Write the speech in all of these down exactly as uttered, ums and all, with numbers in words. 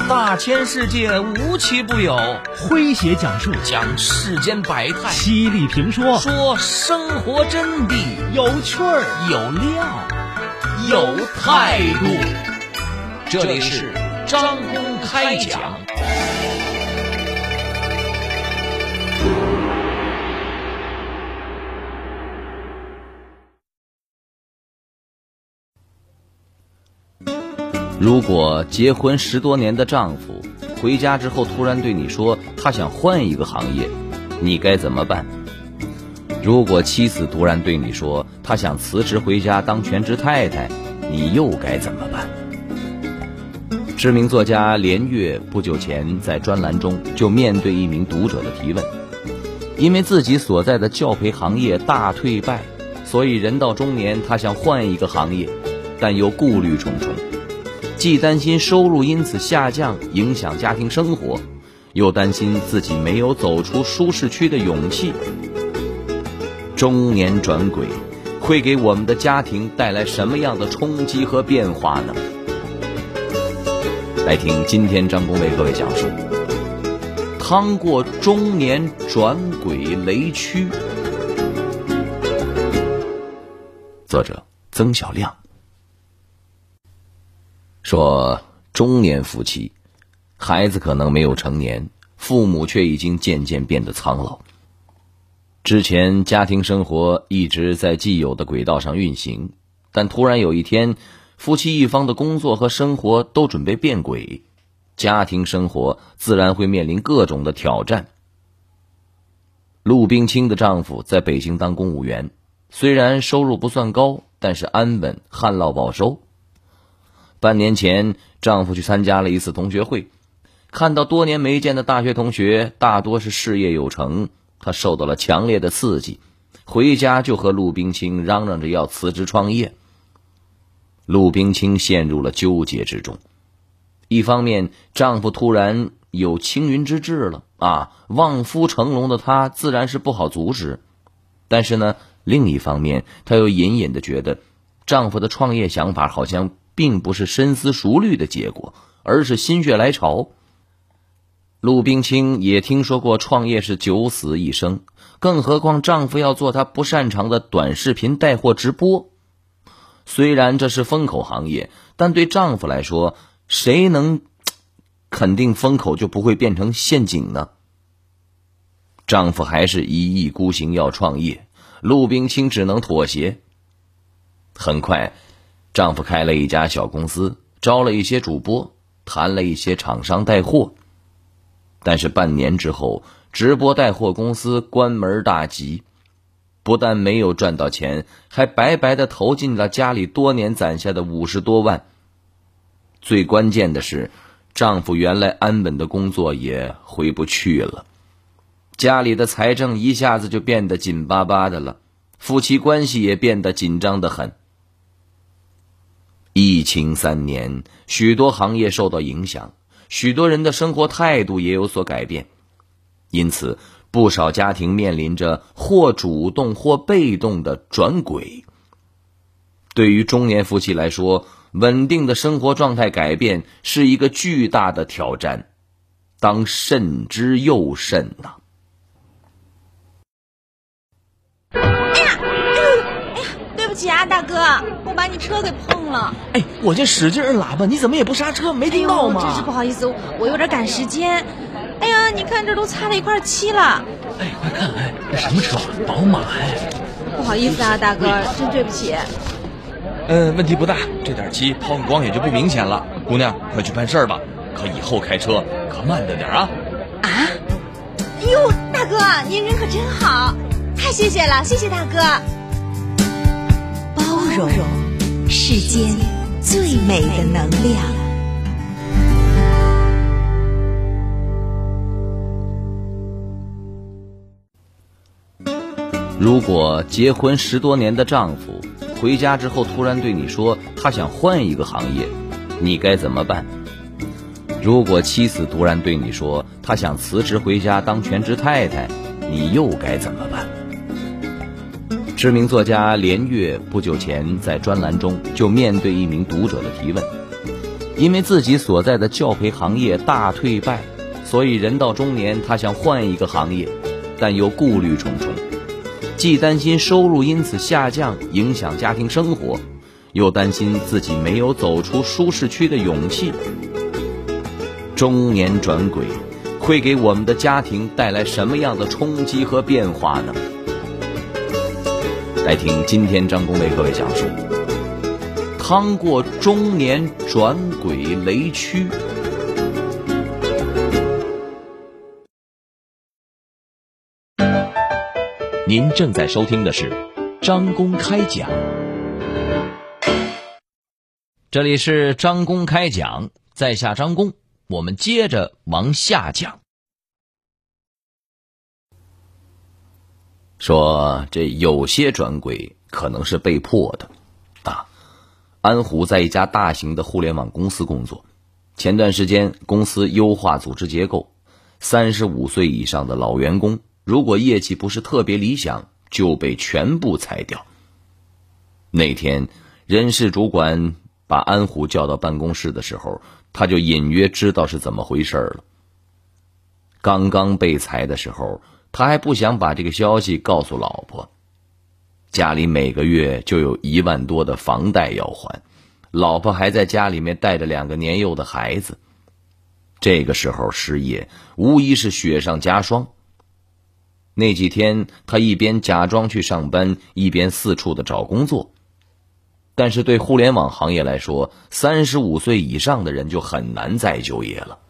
大千世界无奇不有， 诙谐讲述讲世间百态， 犀利评说说生活真谛， 有趣儿有料有态度。这里是张公开讲。如果结婚十多年的丈夫回家之后突然对你说他想换一个行业，你该怎么办？如果妻子突然对你说他想辞职回家当全职太太，你又该怎么办？知名作家连岳不久前在专栏中就面对一名读者的提问，因为自己所在的教培行业大退败，所以人到中年他想换一个行业，但又顾虑重重，既担心收入因此下降影响家庭生活，又担心自己没有走出舒适区的勇气。中年转轨会给我们的家庭带来什么样的冲击和变化呢？来听今天张公为各位讲述趟过中年转轨雷区。作者曾小亮说，中年夫妻，孩子可能没有成年，父母却已经渐渐变得苍老。之前家庭生活一直在既有的轨道上运行，但突然有一天，夫妻一方的工作和生活都准备变轨，家庭生活自然会面临各种的挑战。陆冰清的丈夫在北京当公务员，虽然收入不算高，但是安稳，旱涝保收。半年前，丈夫去参加了一次同学会，看到多年没见的大学同学大多是事业有成，他受到了强烈的刺激，回家就和陆冰清嚷嚷着要辞职创业。陆冰清陷入了纠结之中，一方面丈夫突然有青云之志了啊，望夫成龙的他自然是不好阻止，但是呢，另一方面她又隐隐地觉得丈夫的创业想法好像并不是深思熟虑的结果，而是心血来潮。陆冰清也听说过创业是九死一生，更何况丈夫要做他不擅长的短视频带货直播。虽然这是风口行业，但对丈夫来说，谁能肯定风口就不会变成陷阱呢？丈夫还是一意孤行要创业，陆冰清只能妥协。很快，丈夫开了一家小公司，招了一些主播，谈了一些厂商带货。但是半年之后，直播带货公司关门大吉，不但没有赚到钱，还白白地投进了家里多年攒下的五十多万。最关键的是，丈夫原来安稳的工作也回不去了，家里的财政一下子就变得紧巴巴的了，夫妻关系也变得紧张得很。疫情三年，许多行业受到影响，许多人的生活态度也有所改变，因此不少家庭面临着或主动或被动的转轨。对于中年夫妻来说，稳定的生活状态改变是一个巨大的挑战，当慎之又慎呐、啊。 对不起啊，大哥，我把你车给碰了。 哎，我这使劲喇叭，你怎么也不刹车？没听到吗？ 哎、真是不好意思，我有点赶时间。哎呀，你看这都擦了一块漆了。 哎，快看，哎，这什么车？宝马哎。 不好意思啊，大哥，真对不起。 嗯，问题不大，这点漆抛光也就不明显了。姑娘，快去办事吧，可以后开车可慢着点啊。 啊？哟，大哥，您人可真好，太谢谢了，谢谢大哥。 包容，世间最美的能量。 如果结婚十多年的丈夫回家之后突然对你说他想换一个行业，你该怎么办？如果妻子突然对你说他想辞职回家当全职太太，你又该怎么办？知名作家连岳不久前在专栏中就面对一名读者的提问， 因为自己所在的教培行业大退败，所以人到中年他想换一个行业，但又顾虑重重，既担心收入因此下降影响家庭生活，又担心自己没有走出舒适区的勇气。中年转轨会给我们的家庭带来什么样的冲击和变化呢？来听今天张工为各位讲述趟过中年转轨雷区。 您正在收听的是张公开讲， 这里是张公开讲，在下张公，我们接着往下讲。说这有些转轨可能是被迫的啊。安虎在一家大型的互联网公司工作，前段时间公司优化组织结构，三十五岁以上的老员工如果业绩不是特别理想，就被全部裁掉。那天人事主管把安虎叫到办公室的时候，他就隐约知道是怎么回事了。刚刚被裁的时候，他还不想把这个消息告诉老婆，家里每个月就有一万多的房贷要还，老婆还在家里面带着两个年幼的孩子，这个时候失业无疑是雪上加霜。那几天他一边假装去上班，一边四处的找工作。但是对互联网行业来说，三十五岁以上的人就很难再就业了。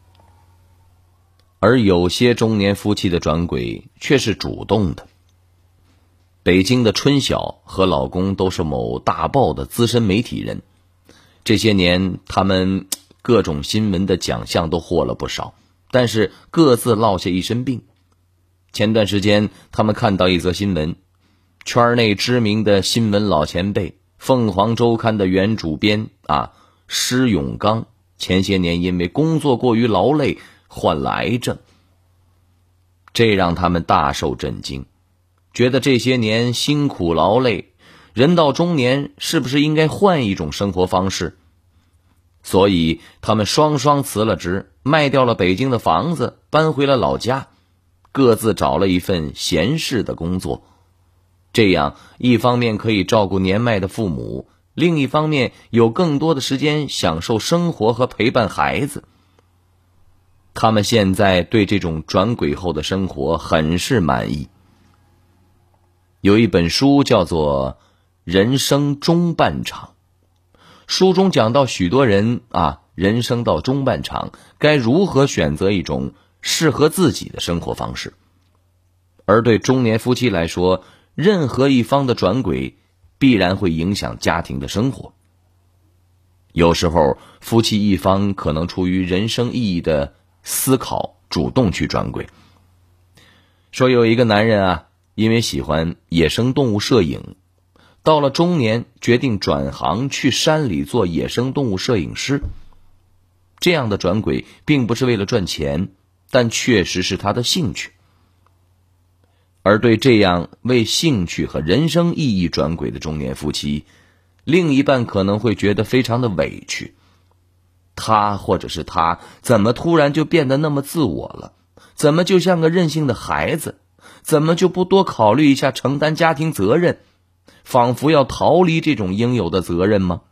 而有些中年夫妻的转轨却是主动的。北京的春晓和老公都是某大报的资深媒体人，这些年他们各种新闻的奖项都获了不少，但是各自落下一身病。前段时间他们看到一则新闻，圈内知名的新闻老前辈凤凰周刊的原主编啊施永刚，前些年因为工作过于劳累患了癌症，这让他们大受震惊，觉得这些年辛苦劳累，人到中年是不是应该换一种生活方式？所以他们双双辞了职，卖掉了北京的房子，搬回了老家，各自找了一份闲适的工作。这样一方面可以照顾年迈的父母，另一方面有更多的时间享受生活和陪伴孩子。他们现在对这种转轨后的生活很是满意。有一本书叫做《人生中半场》，书中讲到许多人啊，人生到中半场该如何选择一种适合自己的生活方式。而对中年夫妻来说，任何一方的转轨必然会影响家庭的生活。有时候夫妻一方可能出于人生意义的思考，主动去转轨。说有一个男人啊，因为喜欢野生动物摄影，到了中年决定转行去山里做野生动物摄影师。这样的转轨并不是为了赚钱，但确实是他的兴趣。而对这样为兴趣和人生意义转轨的中年夫妻，另一半可能会觉得非常的委屈。他或者是他怎么突然就变得那么自我了？怎么就像个任性的孩子？怎么就不多考虑一下承担家庭责任？仿佛要逃离这种应有的责任吗？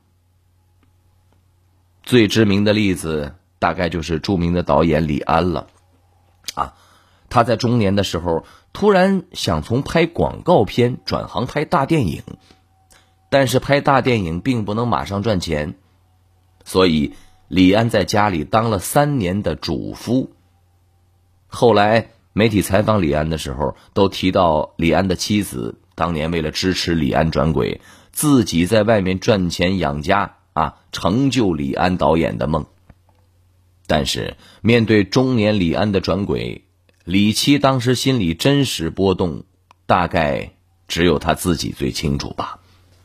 最知名的例子大概就是著名的导演李安了啊，他在中年的时候突然想从拍广告片转行拍大电影，但是拍大电影并不能马上赚钱，所以李安在家里当了三年的主夫。后来媒体采访李安的时候，都提到李安的妻子当年为了支持李安转轨，自己在外面赚钱养家啊，成就李安导演的梦。但是面对中年李安的转轨，李妻当时心里真实波动，大概只有他自己最清楚吧。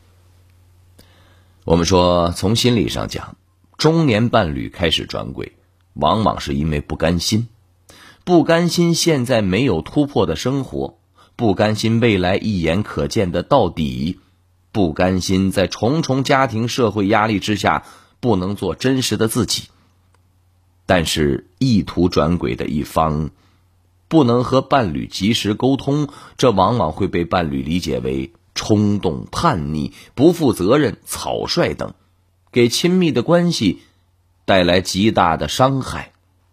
我们说从心理上讲，中年伴侣开始转轨，往往是因为不甘心，不甘心现在没有突破的生活，不甘心未来一眼可见的到底，不甘心在重重家庭社会压力之下不能做真实的自己。但是意图转轨的一方不能和伴侣及时沟通，这往往会被伴侣理解为冲动、叛逆、不负责任、草率等，给亲密的关系带来极大的伤害。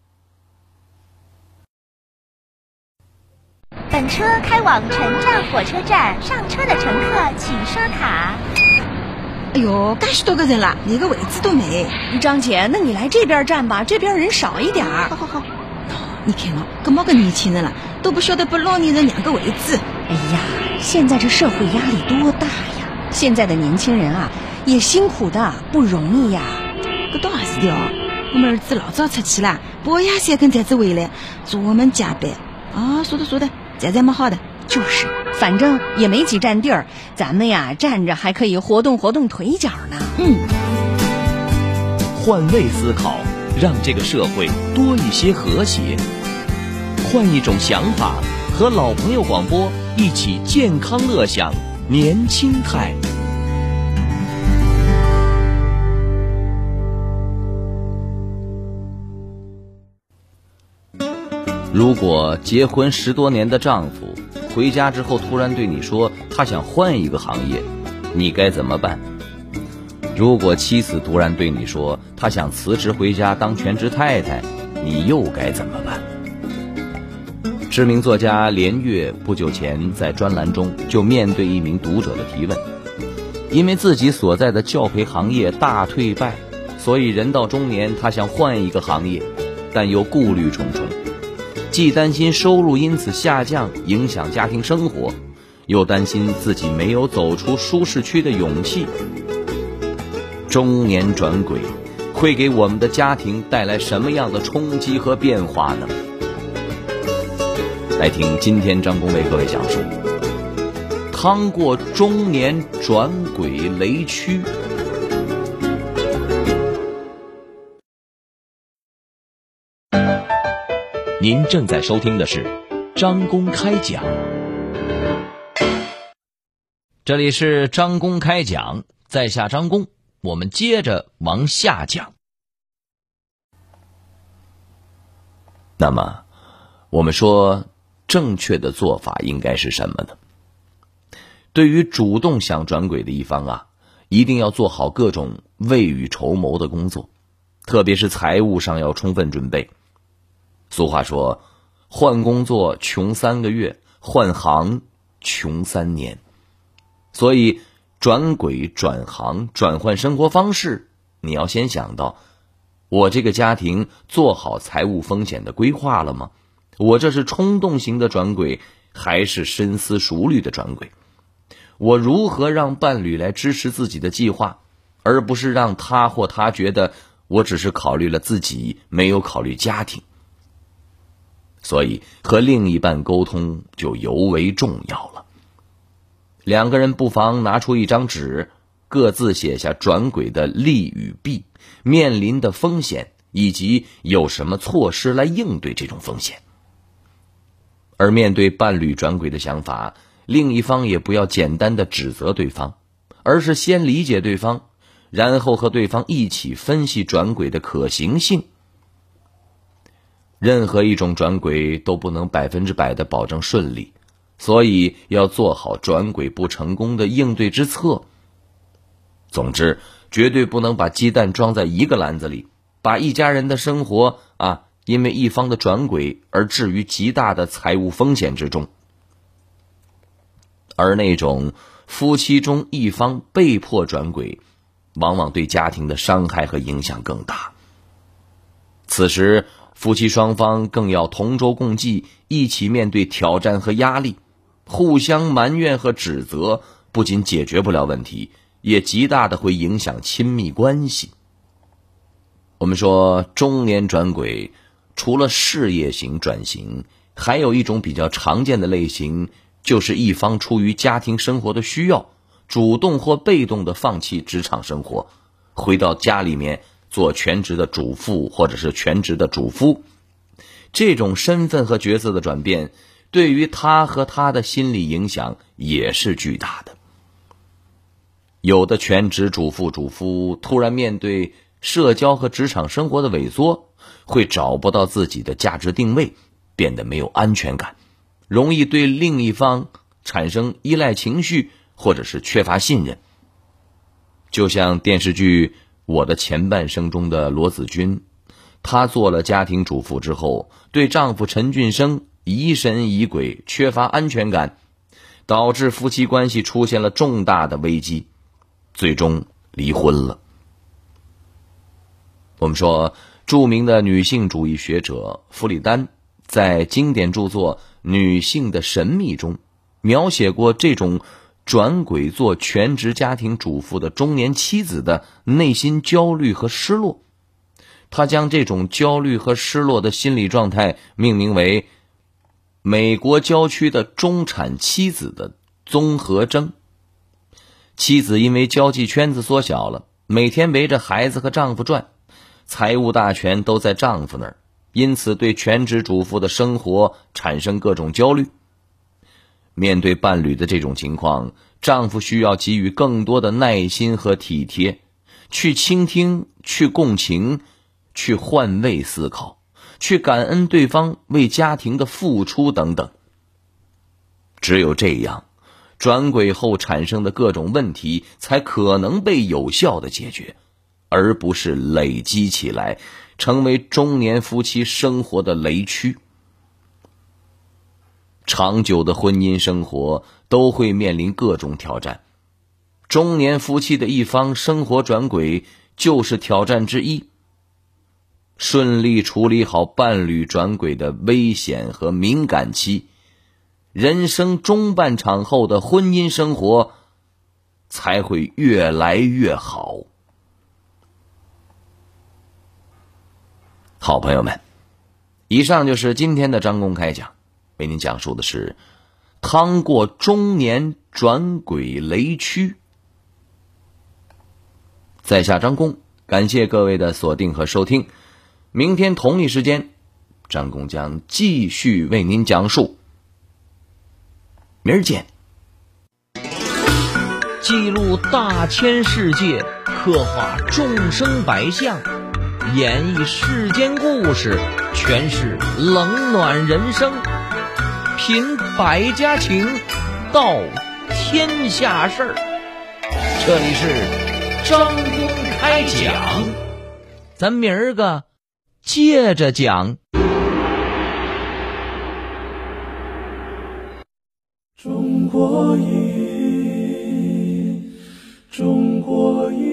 本车开往陈站火车站，上车的乘客请刷卡。 哎呦，介许多个人了，连个位置都没。 张姐，那你来这边站吧，这边人少一点儿。 好好好，你看嘛，这么个年轻人了，都不晓得给老年人让个位置。 哎呀，现在这社会压力多大呀！现在的年轻人啊，也辛苦的，不容易呀。 这倒也是的哦，我们儿子老早出去了，半夜三更才子回来，做我们加班。啊，说的说的，这才蛮好的。 就是，反正也没几站地儿，咱们呀站着还可以活动活动腿脚呢。 嗯， 换位思考，让这个社会多一些和谐。换一种想法，和老朋友广播一起健康乐享年轻态。如果结婚十多年的丈夫回家之后突然对你说他想换一个行业，你该怎么办？如果妻子突然对你说他想辞职回家当全职太太，你又该怎么办？知名作家连岳不久前在专栏中就面对一名读者的提问，因为自己所在的教培行业大退败，所以人到中年他想换一个行业，但又顾虑重重，既担心收入因此下降影响家庭生活，又担心自己没有走出舒适区的勇气。中年转轨会给我们的家庭带来什么样的冲击和变化呢？来听今天张工为各位讲述趟过中年转轨雷区。您正在收听的是张公开讲，这里是张公开讲，在下张公，我们接着往下讲。那么我们说正确的做法应该是什么呢？对于主动想转轨的一方啊，一定要做好各种未雨绸缪的工作，特别是财务上要充分准备。俗话说，换工作穷三个月，换行穷三年。所以转轨、转行、转换生活方式，你要先想到，我这个家庭做好财务风险的规划了吗？我这是冲动型的转轨，还是深思熟虑的转轨？我如何让伴侣来支持自己的计划，而不是让他或他觉得我只是考虑了自己，没有考虑家庭。所以和另一半沟通就尤为重要了。两个人不妨拿出一张纸，各自写下转轨的利与弊，面临的风险，以及有什么措施来应对这种风险。而面对伴侣转轨的想法，另一方也不要简单的指责对方，而是先理解对方，然后和对方一起分析转轨的可行性。任何一种转轨都不能百分之百的保证顺利，所以要做好转轨不成功的应对之策。总之，绝对不能把鸡蛋装在一个篮子里，把一家人的生活啊，因为一方的转轨而置于极大的财务风险之中。而那种夫妻中一方被迫转轨，往往对家庭的伤害和影响更大。此时夫妻双方更要同舟共济，一起面对挑战和压力。互相埋怨和指责不仅解决不了问题，也极大的会影响亲密关系。我们说中年转轨，除了事业型转型，还有一种比较常见的类型，就是一方出于家庭生活的需要，主动或被动的放弃职场生活，回到家里面做全职的主妇或者是全职的主夫。这种身份和角色的转变，对于他和他的心理影响也是巨大的。有的全职主妇主夫突然面对社交和职场生活的萎缩，会找不到自己的价值定位，变得没有安全感，容易对另一方产生依赖情绪，或者是缺乏信任。就像电视剧《我的前半生》中的罗子君，她做了家庭主妇之后，对丈夫陈俊生疑神疑鬼，缺乏安全感，导致夫妻关系出现了重大的危机，最终离婚了。我们说，著名的女性主义学者弗里丹在经典著作《女性的神秘》中描写过这种转轨做全职家庭主妇的中年妻子的内心焦虑和失落。他将这种焦虑和失落的心理状态命名为美国郊区的中产妻子的综合征。妻子因为交际圈子缩小了，每天围着孩子和丈夫转，财务大权都在丈夫那儿，因此对全职主妇的生活产生各种焦虑。面对伴侣的这种情况，丈夫需要给予更多的耐心和体贴，去倾听，去共情，去换位思考，去感恩对方为家庭的付出等等。只有这样，转轨后产生的各种问题才可能被有效的解决，而不是累积起来，成为中年夫妻生活的雷区。长久的婚姻生活都会面临各种挑战，中年夫妻的一方生活转轨就是挑战之一。顺利处理好伴侣转轨的危险和敏感期，人生中半场后的婚姻生活才会越来越好。好朋友们，以上就是今天的张公开讲，为您讲述的是趟过中年转轨雷区。在下张公，感谢各位的锁定和收听。明天同一时间，张公将继续为您讲述。明儿见。 记录大千世界，刻画众生百相，演绎世间故事，诠释冷暖人生，品百家情，道天下事儿。这里是张公开讲，咱明儿个接着讲。 中国音，中国音，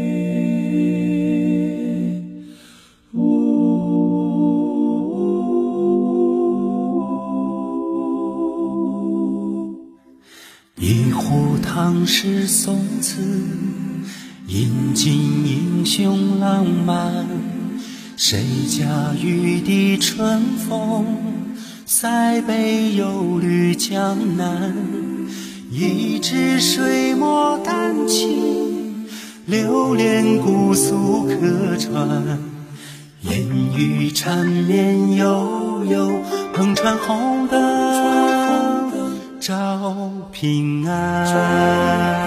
一壶唐诗宋词，饮尽英雄浪漫。谁家玉笛春风，塞北游绿江南。一支水墨丹青，流连姑苏客船。烟雨缠绵悠悠，篷船红灯照平安。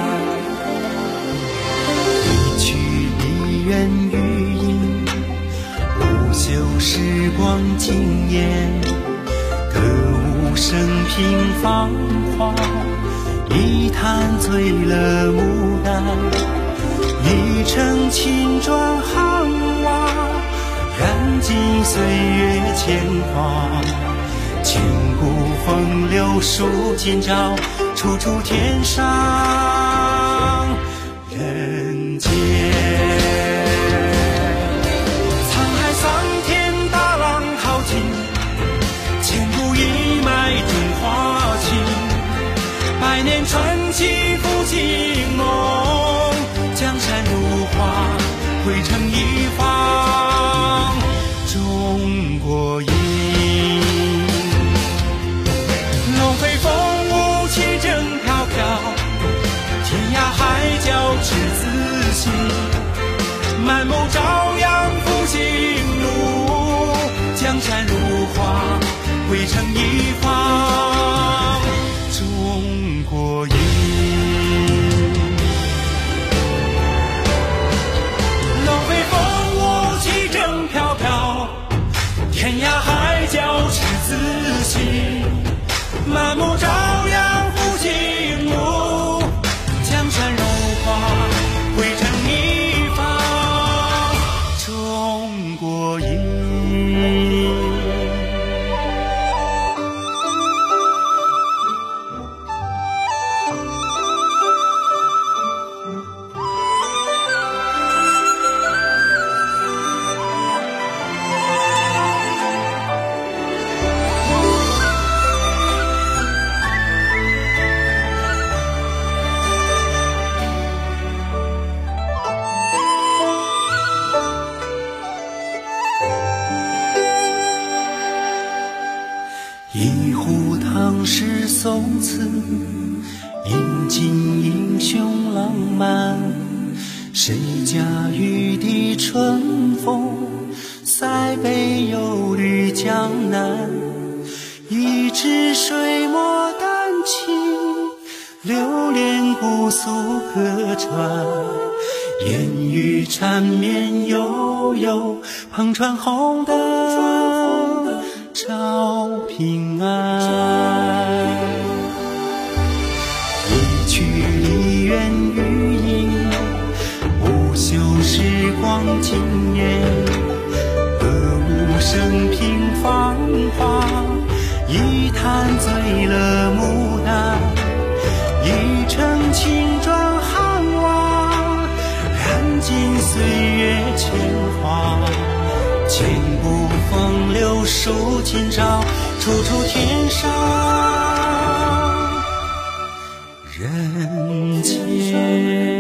一曲梨园余音，不朽时光惊艳。歌舞升平芳华，一坛醉了牡丹。一城青砖汉瓦，燃尽岁月铅华。千古风流数今朝，处处天上人间。沧海桑田，大浪淘尽，千古一脉中华情。百年传奇复兴梦，江山如画，汇成一方中国音。龙飞凤舞，旗正飘飘，天涯海角赤子心。 满目朝阳复兴路，江山柔化汇成一方中国印。一壶唐诗宋词，饮尽英雄浪漫。谁家玉笛春风，塞北又绿江南。一支水墨丹青，流连姑苏客船。烟雨缠绵悠悠，篷船红灯照平安。一曲梨园余音，不朽时光惊艳。歌舞升平芳华，一坛醉了牡丹。一城青砖汉瓦，燃尽岁月铅华。千古风流数今朝，处处天上人间。